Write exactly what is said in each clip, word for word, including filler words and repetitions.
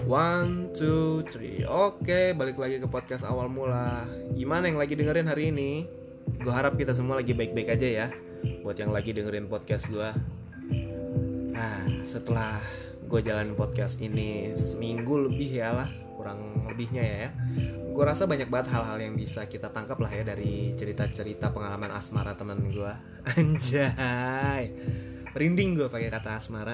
One, two, three. Oke, balik lagi ke podcast awal mula. Gimana yang lagi dengerin hari ini? Gue harap kita semua lagi baik-baik aja ya. Buat yang lagi dengerin podcast gue. Nah, setelah gue jalanin podcast ini seminggu lebih ya lah, kurang lebihnya ya. Gue rasa banyak banget hal-hal yang bisa kita tangkap lah ya dari cerita-cerita pengalaman asmara teman gue. Anjay, merinding gue pakai kata asmara.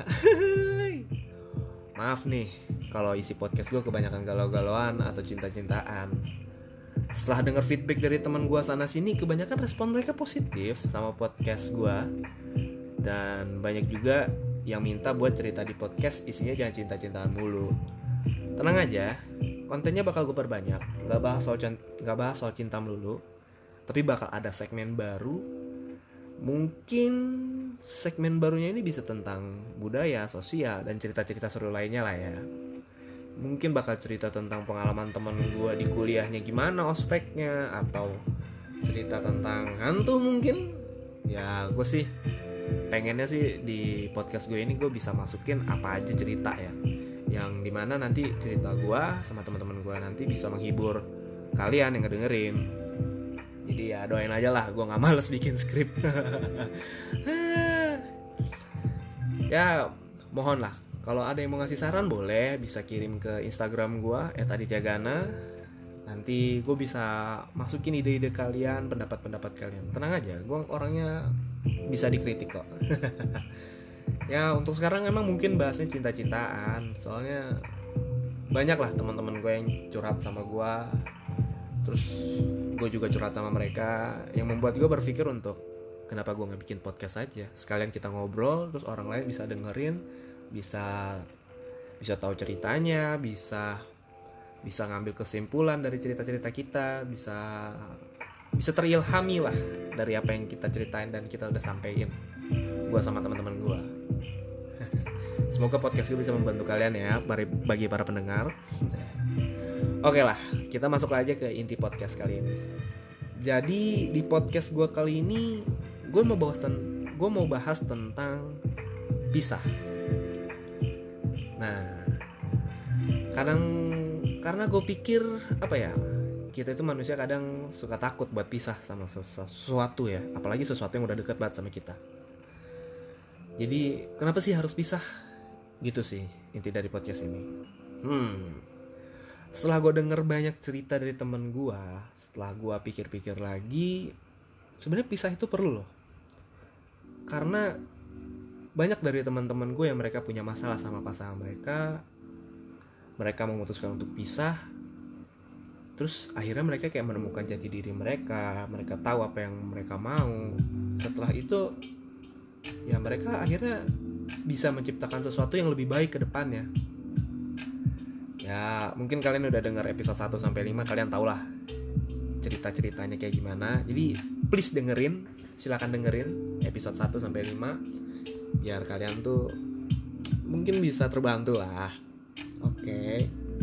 Maaf nih kalau isi podcast gue kebanyakan galau-galauan atau cinta-cintaan. Setelah denger feedback dari teman gue sana sini, kebanyakan respon mereka positif sama podcast gue. Dan banyak juga yang minta buat cerita di podcast isinya jangan cinta-cintaan mulu. Tenang aja, kontennya bakal gue perbanyak. Gak bahas soal, gak bahas soal cinta melulu, tapi bakal ada segmen baru. Mungkin segmen barunya ini bisa tentang budaya, sosial, dan cerita-cerita seru lainnya lah ya. Mungkin bakal cerita tentang pengalaman temen gue di kuliahnya gimana ospeknya, atau cerita tentang hantu mungkin. Ya gue sih pengennya sih di podcast gue ini gue bisa masukin apa aja cerita ya, yang dimana nanti cerita gue sama teman-teman gue nanti bisa menghibur kalian yang ngedengerin. Jadi ya doain aja lah, gue gak males bikin skrip. Ya mohon lah, kalau ada yang mau ngasih saran boleh bisa kirim ke Instagram gue et aditya gana. Nanti gue bisa masukin ide-ide kalian, pendapat-pendapat kalian. Tenang aja, gue orangnya bisa dikritik kok. Ya untuk sekarang emang mungkin bahasnya cinta-cintaan, soalnya banyak lah teman-teman gue yang curhat sama gue. Terus gue juga curhat sama mereka, yang membuat gue berpikir untuk kenapa gue gak bikin podcast aja. Sekalian kita ngobrol, terus orang lain bisa dengerin, Bisa Bisa tahu ceritanya, Bisa Bisa ngambil kesimpulan dari cerita-cerita kita, Bisa Bisa terilhami lah dari apa yang kita ceritain dan kita udah sampein, gue sama teman-teman gue. Semoga podcast gue bisa membantu kalian ya, bagi para pendengar. Oke lah, kita masuk aja ke inti podcast kali ini. Jadi di podcast gue kali ini gue mau bahas ten- gue mau bahas tentang pisah. Nah, kadang karena gue pikir apa ya, kita itu manusia kadang suka takut buat pisah sama sesuatu ya, apalagi sesuatu yang udah deket banget sama kita. Jadi kenapa sih harus pisah? Gitu sih inti dari podcast ini. Hmm. Setelah gue denger banyak cerita dari temen gue, setelah gue pikir-pikir lagi, sebenarnya pisah itu perlu loh. Karena banyak dari teman-teman gue yang mereka punya masalah sama pasangan mereka, mereka memutuskan untuk pisah. Terus akhirnya mereka kayak menemukan jati diri mereka, mereka tahu apa yang mereka mau. Setelah itu, ya mereka akhirnya bisa menciptakan sesuatu yang lebih baik ke depannya. Ya mungkin kalian udah dengar episode satu sampai lima, kalian tau lah cerita-ceritanya kayak gimana. Jadi please dengerin, silakan dengerin episode satu sampai lima, biar kalian tuh mungkin bisa terbantu lah. Oke okay.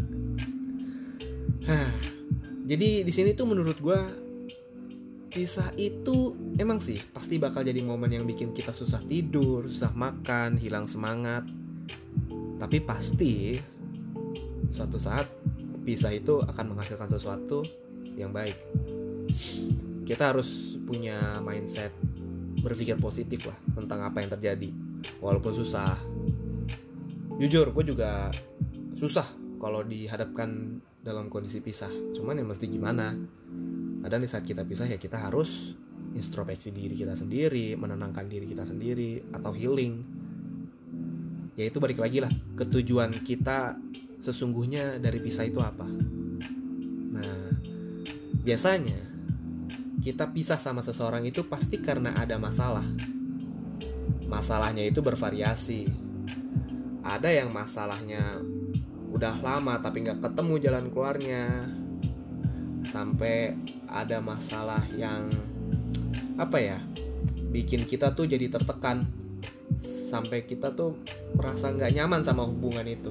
Hah. Jadi di sini tuh menurut gue, pisah itu emang sih pasti bakal jadi momen yang bikin kita susah tidur, susah makan, hilang semangat. Tapi pasti suatu saat pisah itu akan menghasilkan sesuatu yang baik. Kita harus punya mindset berpikir positif lah tentang apa yang terjadi, walaupun susah. Jujur, gue juga susah kalau dihadapkan dalam kondisi pisah. Cuman ya mesti gimana, kadang di saat kita pisah ya kita harus introspeksi diri kita sendiri, menenangkan diri kita sendiri, atau healing. Ya itu balik lagi lah ke tujuan kita sesungguhnya dari pisah itu apa. Nah, biasanya kita pisah sama seseorang itu pasti karena ada masalah. Masalahnya itu bervariasi. Ada yang masalahnya udah lama tapi gak ketemu jalan keluarnya, sampai ada masalah yang apa ya, bikin kita tuh jadi tertekan, sampai kita tuh merasa gak nyaman sama hubungan itu.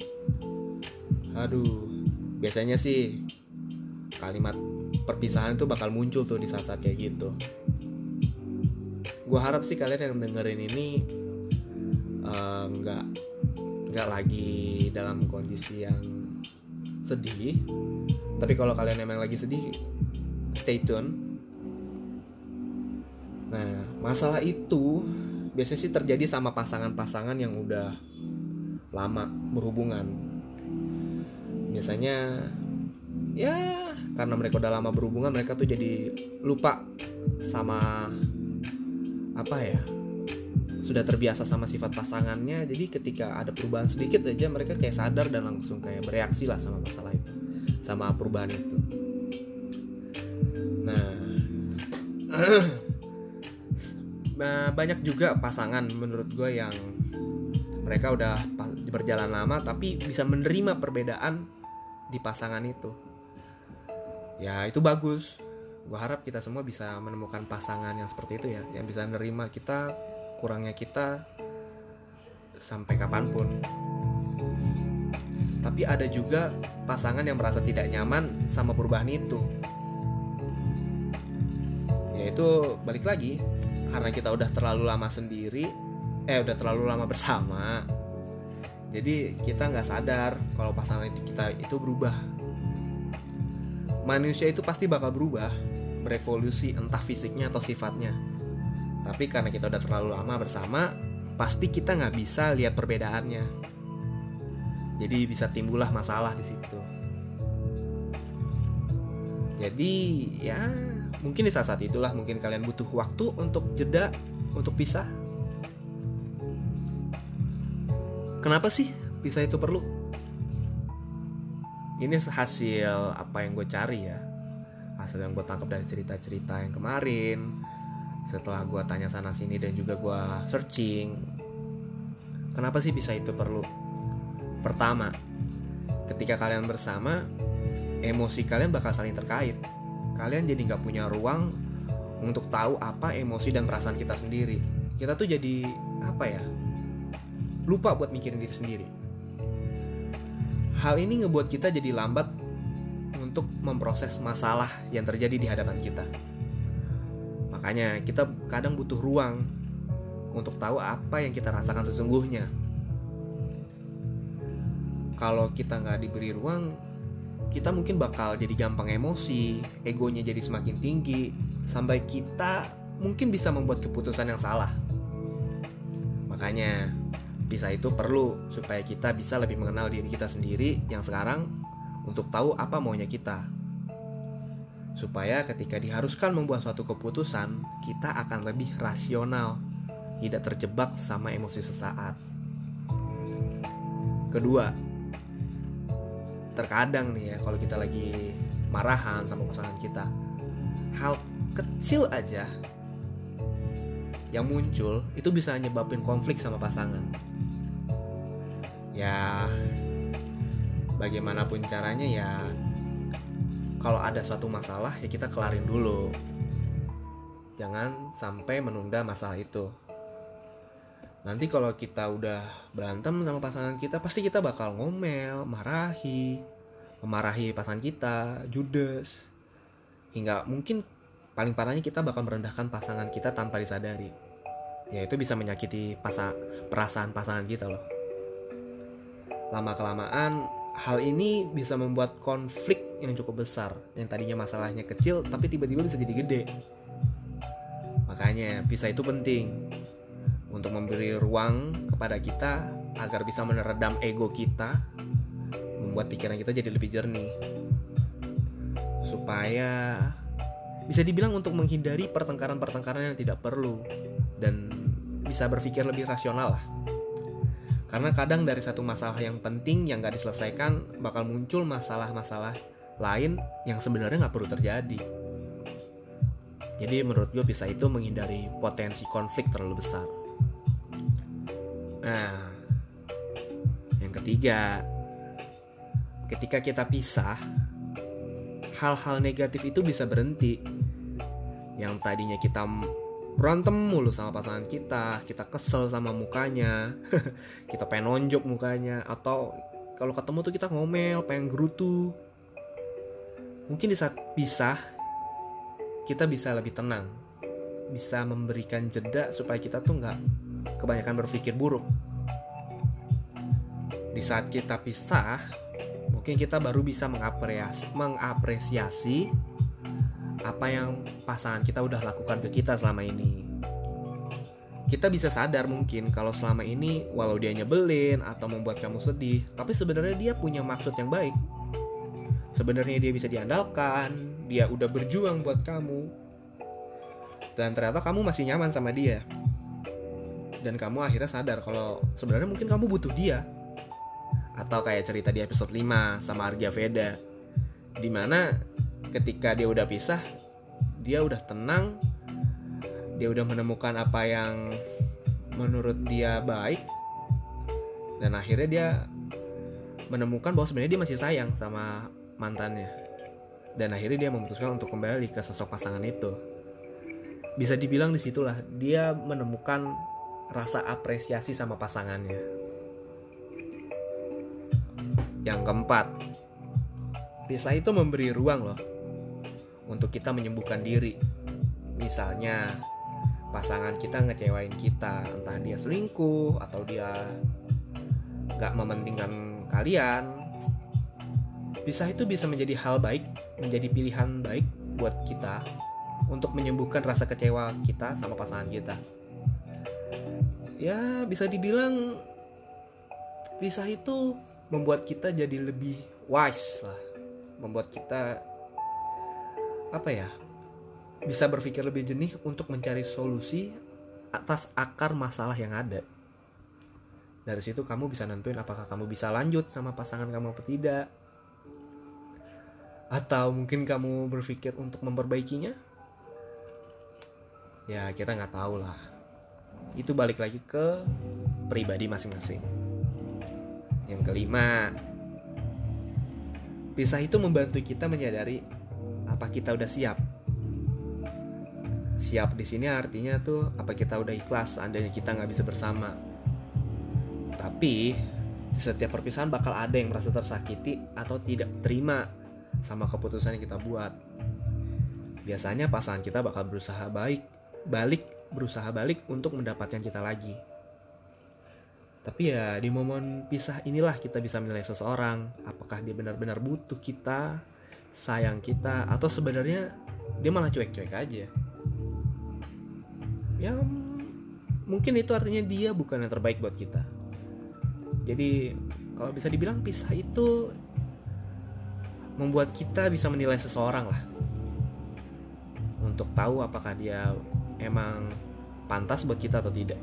Aduh, biasanya sih kalimat perpisahan itu bakal muncul tuh di saat-saat kayak gitu. Gue harap sih kalian yang dengerin ini uh, nggak nggak lagi dalam kondisi yang sedih. Tapi kalau kalian emang lagi sedih, stay tune. Nah, masalah itu biasanya sih terjadi sama pasangan-pasangan yang udah lama berhubungan. Biasanya ya karena mereka udah lama berhubungan, mereka tuh jadi lupa sama apa ya, sudah terbiasa sama sifat pasangannya. Jadi ketika ada perubahan sedikit aja, mereka kayak sadar dan langsung kayak bereaksi lah sama masalah itu, sama perubahan itu. Nah Nah, banyak juga pasangan menurut gue yang mereka udah berjalan lama tapi bisa menerima perbedaan di pasangan itu. Ya itu bagus. Gue harap kita semua bisa menemukan pasangan yang seperti itu ya, yang bisa menerima kita, kurangnya kita sampai kapanpun. Tapi ada juga pasangan yang merasa tidak nyaman sama perubahan itu. Ya itu balik lagi, karena kita udah terlalu lama sendiri, eh udah terlalu lama bersama, jadi kita nggak sadar kalau pasangan kita itu berubah. Manusia itu pasti bakal berubah, berevolusi entah fisiknya atau sifatnya. Tapi karena kita udah terlalu lama bersama, pasti kita nggak bisa lihat perbedaannya. Jadi bisa timbullah masalah di situ. Jadi ya mungkin di saat-saat itulah mungkin kalian butuh waktu untuk jeda, untuk pisah. Kenapa sih pisah itu perlu? Ini hasil apa yang gue cari ya, hasil yang gue tangkap dari cerita-cerita yang kemarin. Setelah gue tanya sana sini dan juga gue searching, kenapa sih pisah itu perlu? Pertama, ketika kalian bersama, emosi kalian bakal saling terkait. Kalian jadi gak punya ruang untuk tahu apa emosi dan perasaan kita sendiri. Kita tuh jadi apa ya, lupa buat mikirin diri sendiri. Hal ini ngebuat kita jadi lambat untuk memproses masalah yang terjadi di hadapan kita. Makanya kita kadang butuh ruang untuk tahu apa yang kita rasakan sesungguhnya. Kalau kita gak diberi ruang, kita mungkin bakal jadi gampang emosi, egonya jadi semakin tinggi, sampai kita mungkin bisa membuat keputusan yang salah. Makanya pisah itu perlu supaya kita bisa lebih mengenal diri kita sendiri yang sekarang, untuk tahu apa maunya kita. Supaya ketika diharuskan membuat suatu keputusan, kita akan lebih rasional, tidak terjebak sama emosi sesaat. Kedua, terkadang nih ya, kalau kita lagi marahan sama pasangan kita, hal kecil aja yang muncul itu bisa nyebabin konflik sama pasangan. Ya bagaimanapun caranya ya, kalau ada suatu masalah ya kita kelarin dulu. Jangan sampai menunda masalah itu. Nanti kalau kita udah berantem sama pasangan kita, pasti kita bakal ngomel, marahi, memarahi pasangan kita, judes. Hingga mungkin paling parahnya kita bakal merendahkan pasangan kita tanpa disadari. Ya itu bisa menyakiti pasa- perasaan pasangan kita loh. Lama-kelamaan hal ini bisa membuat konflik yang cukup besar. Yang tadinya masalahnya kecil tapi tiba-tiba bisa jadi gede. Makanya pisah itu penting, untuk memberi ruang kepada kita agar bisa meredam ego kita, membuat pikiran kita jadi lebih jernih, supaya bisa dibilang untuk menghindari pertengkaran-pertengkaran yang tidak perlu, dan bisa berpikir lebih rasional lah. Karena kadang dari satu masalah yang penting yang gak diselesaikan, bakal muncul masalah-masalah lain yang sebenarnya gak perlu terjadi. Jadi menurut gue pisah itu menghindari potensi konflik terlalu besar. Nah, yang ketiga, ketika kita pisah, hal-hal negatif itu bisa berhenti. Yang tadinya kita berantem mulu sama pasangan kita, kita kesel sama mukanya, kita pengen nonjok mukanya, atau kalau ketemu tuh kita ngomel, pengen gerutu. Mungkin di saat pisah, kita bisa lebih tenang, bisa memberikan jeda supaya kita tuh gak kebanyakan berpikir buruk. Di saat kita pisah, mungkin kita baru bisa mengapresiasi, mengapresiasi apa yang pasangan kita udah lakukan ke kita selama ini. Kita bisa sadar mungkin kalau selama ini walau dia nyebelin atau membuat kamu sedih, tapi sebenarnya dia punya maksud yang baik. Sebenarnya dia bisa diandalkan, dia udah berjuang buat kamu. Dan ternyata kamu masih nyaman sama dia. Dan kamu akhirnya sadar kalau sebenarnya mungkin kamu butuh dia. Atau kayak cerita di episode lima sama Arga Veda, dimana ketika dia udah pisah, dia udah tenang, dia udah menemukan apa yang menurut dia baik, dan akhirnya dia menemukan bahwa sebenarnya dia masih sayang sama mantannya. Dan akhirnya dia memutuskan untuk kembali ke sosok pasangan itu. Bisa dibilang disitulah dia menemukan rasa apresiasi sama pasangannya. Yang keempat, pisah itu memberi ruang loh untuk kita menyembuhkan diri. Misalnya pasangan kita ngecewain kita, entah dia selingkuh atau dia gak mementingkan kalian. Pisah itu bisa menjadi hal baik, menjadi pilihan baik buat kita untuk menyembuhkan rasa kecewa kita sama pasangan kita. Ya bisa dibilang pisah itu membuat kita jadi lebih wise lah, membuat kita apa ya, bisa berpikir lebih jernih untuk mencari solusi atas akar masalah yang ada. Dari situ kamu bisa nentuin apakah kamu bisa lanjut sama pasangan kamu atau tidak, atau mungkin kamu berpikir untuk memperbaikinya. Ya kita nggak tahu lah, itu balik lagi ke pribadi masing-masing. Yang kelima, pisah itu membantu kita menyadari apa kita udah siap. Siap di sini artinya tuh apa kita udah ikhlas seandainya kita nggak bisa bersama. Tapi di setiap perpisahan bakal ada yang merasa tersakiti atau tidak terima sama keputusan yang kita buat. Biasanya pasangan kita bakal berusaha baik, balik, berusaha balik untuk mendapatkan kita lagi. Tapi ya di momen pisah inilah kita bisa menilai seseorang, apakah dia benar-benar butuh kita, sayang kita, atau sebenarnya dia malah cuek-cuek aja. Ya mungkin itu artinya dia bukan yang terbaik buat kita. Jadi kalau bisa dibilang pisah itu membuat kita bisa menilai seseorang lah, untuk tahu apakah dia emang pantas buat kita atau tidak.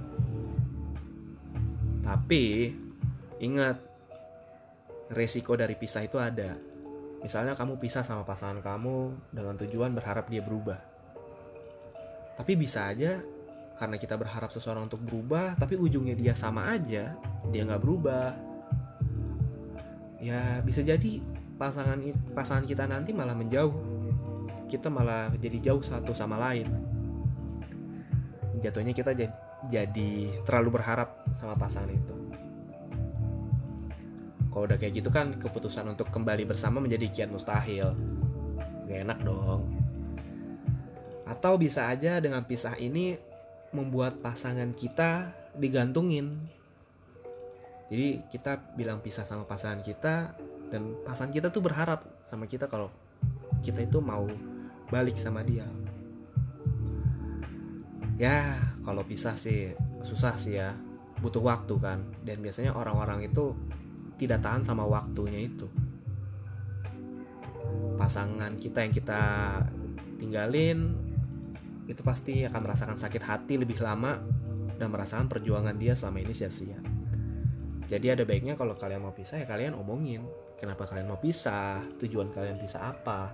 Tapi ingat, resiko dari pisah itu ada. Misalnya kamu pisah sama pasangan kamu dengan tujuan berharap dia berubah. Tapi bisa aja karena kita berharap seseorang untuk berubah, tapi ujungnya dia sama aja, dia gak berubah. Ya bisa jadi pasangan pasangan kita nanti malah menjauh. Kita malah jadi jauh satu sama lain. Jatuhnya kita jadi jadi terlalu berharap sama pasangan itu. Kalau udah kayak gitu kan keputusan untuk kembali bersama menjadi kian mustahil. Gak enak dong. Atau bisa aja dengan pisah ini membuat pasangan kita digantungin. Jadi kita bilang pisah sama pasangan kita, dan pasangan kita tuh berharap sama kita kalau kita itu mau balik sama dia. Ya kalau pisah sih susah sih ya, butuh waktu kan. Dan biasanya orang-orang itu tidak tahan sama waktunya itu. Pasangan kita yang kita tinggalin itu pasti akan merasakan sakit hati lebih lama dan merasakan perjuangan dia selama ini sia-sia. Jadi ada baiknya kalau kalian mau pisah ya kalian omongin kenapa kalian mau pisah, tujuan kalian pisah apa.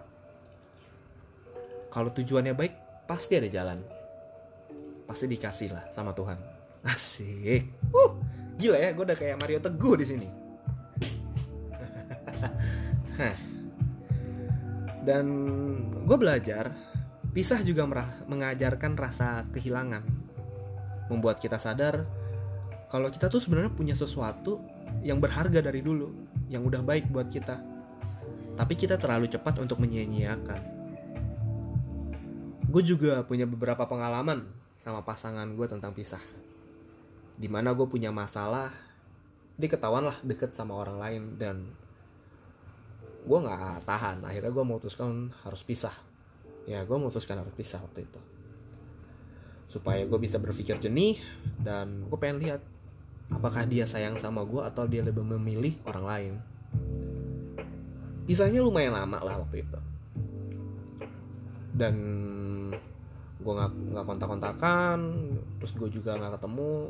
Kalau tujuannya baik pasti ada jalan, pasti dikasih lah sama Tuhan. Asik. Uh, gila ya, gue udah kayak Mario Teguh di sini. Dan gue belajar, pisah juga merah, mengajarkan rasa kehilangan, membuat kita sadar kalau kita tuh sebenarnya punya sesuatu yang berharga dari dulu, yang udah baik buat kita, tapi kita terlalu cepat untuk menyia-nyiakan. Gue juga punya beberapa pengalaman sama pasangan gue tentang pisah, dimana gue punya masalah dia ketahuan lah deket sama orang lain, dan gue nggak tahan. Akhirnya gue memutuskan harus pisah. Ya gue memutuskan harus pisah waktu itu, supaya gue bisa berpikir jernih, dan gue pengen lihat apakah dia sayang sama gue atau dia lebih memilih orang lain. Pisahnya lumayan lama lah waktu itu, dan gue nggak nggak kontak-kontakan, terus gue juga nggak ketemu.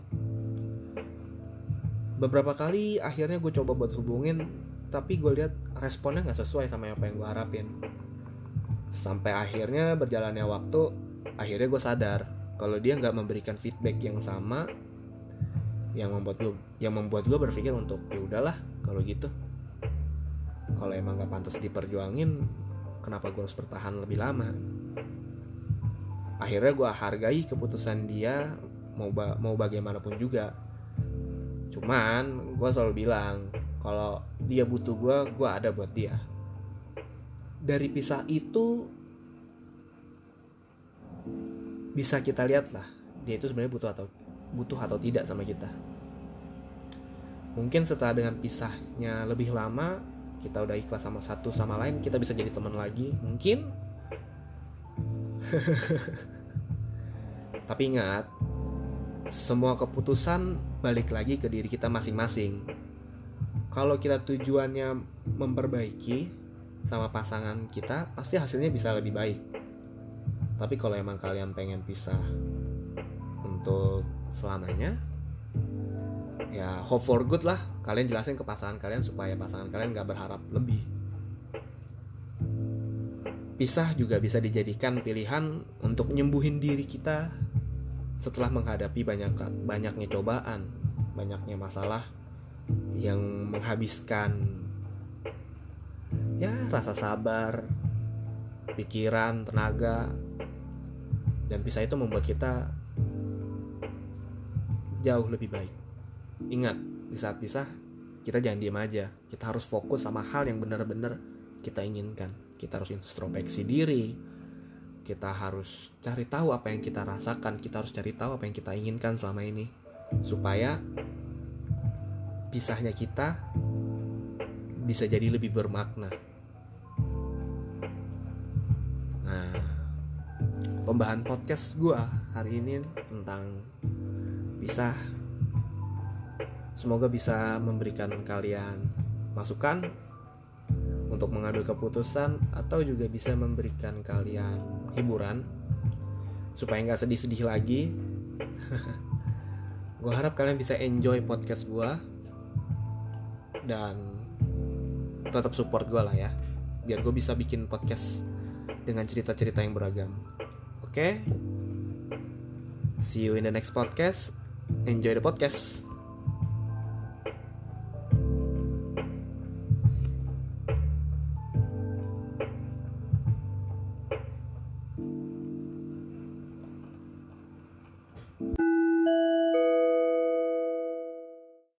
Beberapa kali akhirnya gue coba buat hubungin, tapi gue lihat responnya nggak sesuai sama apa yang gue harapin. Sampai akhirnya berjalannya waktu, akhirnya gue sadar kalau dia nggak memberikan feedback yang sama, yang membuat gue yang membuat gue berpikir untuk ya udahlah kalau gitu. Kalau emang nggak pantas diperjuangin, kenapa gue harus bertahan lebih lama? Akhirnya gue hargai keputusan dia, mau ba- mau bagaimanapun juga. Cuman gue selalu bilang kalau dia butuh gue, gue ada buat dia. Dari pisah itu bisa kita lihat lah dia itu sebenarnya butuh atau butuh atau tidak sama kita. Mungkin setelah dengan pisahnya lebih lama, kita udah ikhlas sama satu sama lain, kita bisa jadi teman lagi mungkin. Tapi ingat, semua keputusan balik lagi ke diri kita masing-masing. Kalau kita tujuannya memperbaiki sama pasangan kita, pasti hasilnya bisa lebih baik. Tapi kalau emang kalian pengen pisah untuk selamanya, ya hope for good lah. Kalian jelasin ke pasangan kalian supaya pasangan kalian gak berharap lebih. Pisah juga bisa dijadikan pilihan untuk nyembuhin diri kita setelah menghadapi banyak banyaknya cobaan, banyaknya masalah yang menghabiskan ya rasa sabar, pikiran, tenaga. Dan pisah itu membuat kita jauh lebih baik. Ingat, di saat pisah kita jangan diam aja. Kita harus fokus sama hal yang benar-benar kita inginkan. Kita harus introspeksi diri. Kita harus cari tahu apa yang kita rasakan. Kita harus cari tahu apa yang kita inginkan selama ini, supaya pisahnya kita bisa jadi lebih bermakna. Nah, pembahasan podcast gue hari ini tentang pisah, semoga bisa memberikan kalian masukan untuk mengambil keputusan, atau juga bisa memberikan kalian hiburan supaya gak sedih-sedih lagi. Gue harap kalian bisa enjoy podcast gue dan tetap support gue lah ya, biar gue bisa bikin podcast dengan cerita-cerita yang beragam. Oke, okay? See you in the next podcast. Enjoy the podcast.